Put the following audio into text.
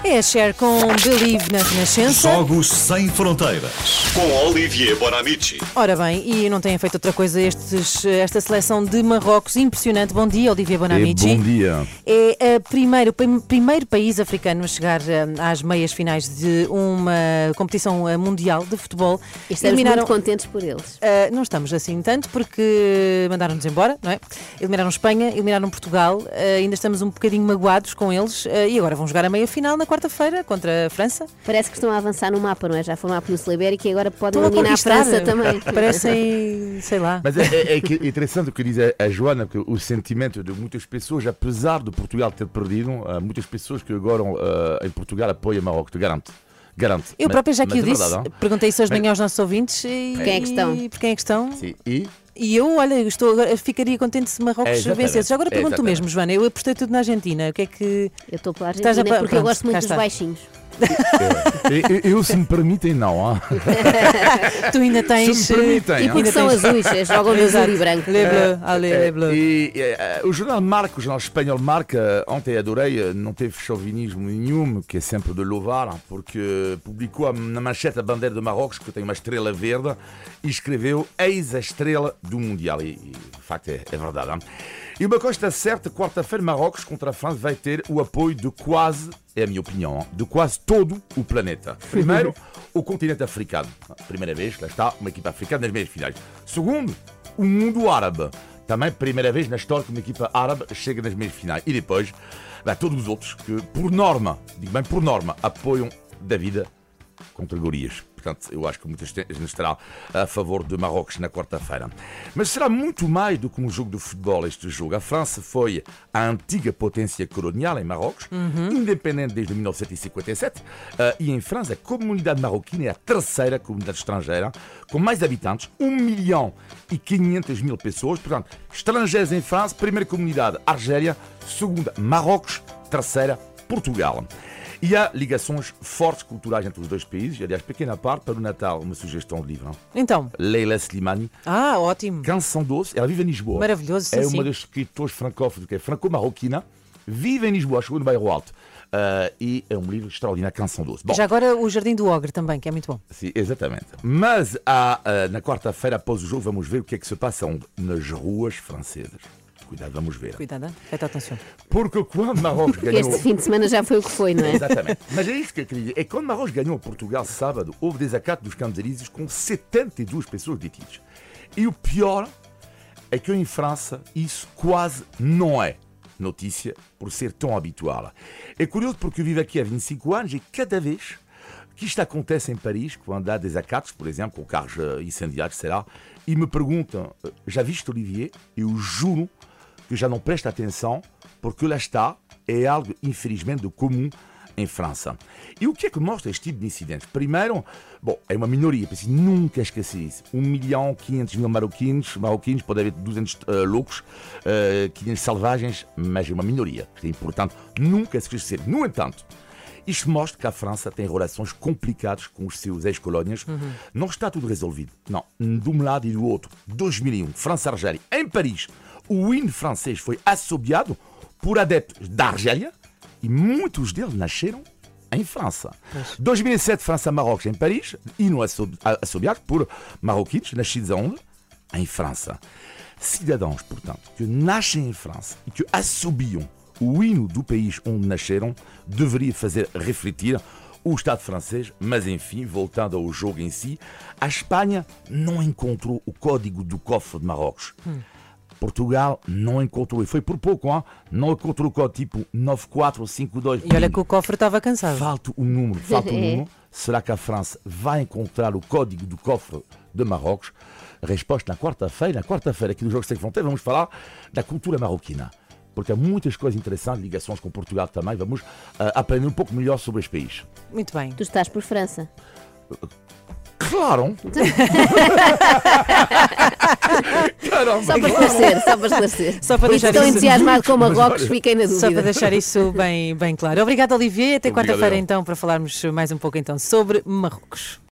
É a Cher com Believe na Renascença. Jogos Sem Fronteiras, com Olivier Bonamici. Ora bem, e não têm feito outra coisa esta seleção de Marrocos impressionante. Bom dia, Olivier Bonamici. Bom dia. É o primeiro país africano a chegar às meias finais de uma competição mundial de futebol. E estamos muito contentes por eles. Não estamos assim tanto, porque mandaram-nos embora, não é? Eliminaram Espanha, eliminaram Portugal, ainda estamos um bocadinho magoados com eles e agora vão jogar a meia final na quarta-feira contra a França. Parece que estão a avançar no mapa, não é? Já foram à Península Ibérica e agora podem eliminar a França também. Parecem, sei lá. Mas é interessante o que diz a Joana, que o sentimento de muitas pessoas, apesar de Portugal ter perdido, muitas pessoas que agora em Portugal apoiam Marrocos, te garanto. Eu própria já que o disse, verdade, perguntei isso hoje de manhã aos nossos ouvintes quem é que estão? Por quem é que estão? Sim. E eu, olha, ficaria contente se Marrocos vencesse. Agora pergunto mesmo, Joana, eu apostei tudo na Argentina. O que é que. Eu estou pela Argentina porque eu gosto muito dos baixinhos. Eu, se me permitem, não. Tu ainda tens. Se me permitem, e porque são azuis, jogam no azul e branco. Les bleus. E o jornal Marca, o jornal espanhol Marca, ontem adorei, não teve chauvinismo nenhum, que é sempre de louvar, porque publicou na manchete a bandeira de Marrocos, que tem uma estrela verde, e escreveu: eis a estrela do Mundial. E de facto é verdade. Hein? E uma coisa está certa, quarta-feira Marrocos contra a França vai ter o apoio de quase, é a minha opinião, de quase todo o planeta. Primeiro, o continente africano. Primeira vez, lá está, uma equipa africana nas meias finais. Segundo, o mundo árabe. Também, primeira vez na história que uma equipa árabe chega nas meias finais. E depois, todos os outros que, por norma, digo bem por norma, apoiam da vida contra Golias. Portanto, eu acho que muita gente estará a favor de Marrocos na quarta-feira. Mas será muito mais do que um jogo de futebol este jogo. A França foi a antiga potência colonial em Marrocos, independente desde 1957. E em França, a comunidade marroquina é a terceira comunidade estrangeira, com mais habitantes, 1.500.000 pessoas. Portanto, estrangeiros em França, primeira comunidade Argélia, segunda Marrocos, terceira Portugal. E há ligações fortes culturais entre os dois países. Aliás, pequena parte, para o Natal, uma sugestão de livro. Então. Leila Slimani. Ótimo. Canção Doce. Ela vive em Lisboa. Maravilhoso, É sim. uma das escritores francófonos, que é franco-marroquina. Vive em Lisboa, chegou no Bairro Alto. E é um livro extraordinário, Canção Doce. Bom, já agora o Jardim do Ogre também, que é muito bom. Sim, exatamente. Mas na quarta-feira, após o jogo, vamos ver o que é que se passa nas ruas francesas. Cuidado, vamos ver. Cuidado, faites atenção. Porque quando Marrocos ganhou... Este fim de semana já foi o que foi, não é? Exatamente. Mas é isso que eu queria dizer. É quando Marrocos ganhou Portugal sábado, houve desacato dos Campos Elíseos com 72 pessoas detidas. E o pior é que em França isso quase não é notícia por ser tão habitual. É curioso porque eu vivo aqui há 25 anos e cada vez que isto acontece em Paris, quando há desacatos, por exemplo, com carros incendiados, sei lá, e me perguntam, já viste, Olivier? Eu juro que já não presta atenção, porque lá está, é algo, infelizmente, de comum em França. E o que é que mostra este tipo de incidentes? Primeiro, é uma minoria, preciso nunca esquecer isso. 1.500.000 marroquinos, pode haver 200 loucos, 500 selvagens, mas é uma minoria. É importante nunca se esquecer. No entanto, isto mostra que a França tem relações complicadas com os seus ex-colónias. Não está tudo resolvido. Não, de um lado e do outro. 2001, França-Argélia, em Paris, o hino francês foi assobiado por adeptos da Argélia e muitos deles nasceram em França. 2007, França-Marrocos, em Paris, hino assobiado por marroquinos nascidos aonde? Em França. Cidadãos, portanto, que nascem em França e que assobiam o hino do país onde nasceram deveria fazer refletir o Estado francês, mas enfim, voltando ao jogo em si, a Espanha não encontrou o código do cofre de Marrocos. Portugal não encontrou, e foi por pouco, não encontrou o código tipo 9452. E olha que o cofre estava cansado. Falta o número. Será que a França vai encontrar o código do cofre de Marrocos? Resposta na quarta-feira. Na quarta-feira, aqui no Jogo Sem Fronteiras, vamos falar da cultura marroquina. Porque há muitas coisas interessantes, ligações com Portugal também. Vamos aprender um pouco melhor sobre este país. Muito bem. Tu estás por França. Claro! Caramba, Só para esclarecer. Só para deixar Estou isso. entusiasmado com Marrocos, fiquei na dúvida. Só para deixar isso bem claro. Obrigado, Olivier. Até Obrigado, quarta-feira, eu. então, para falarmos mais um pouco então sobre Marrocos.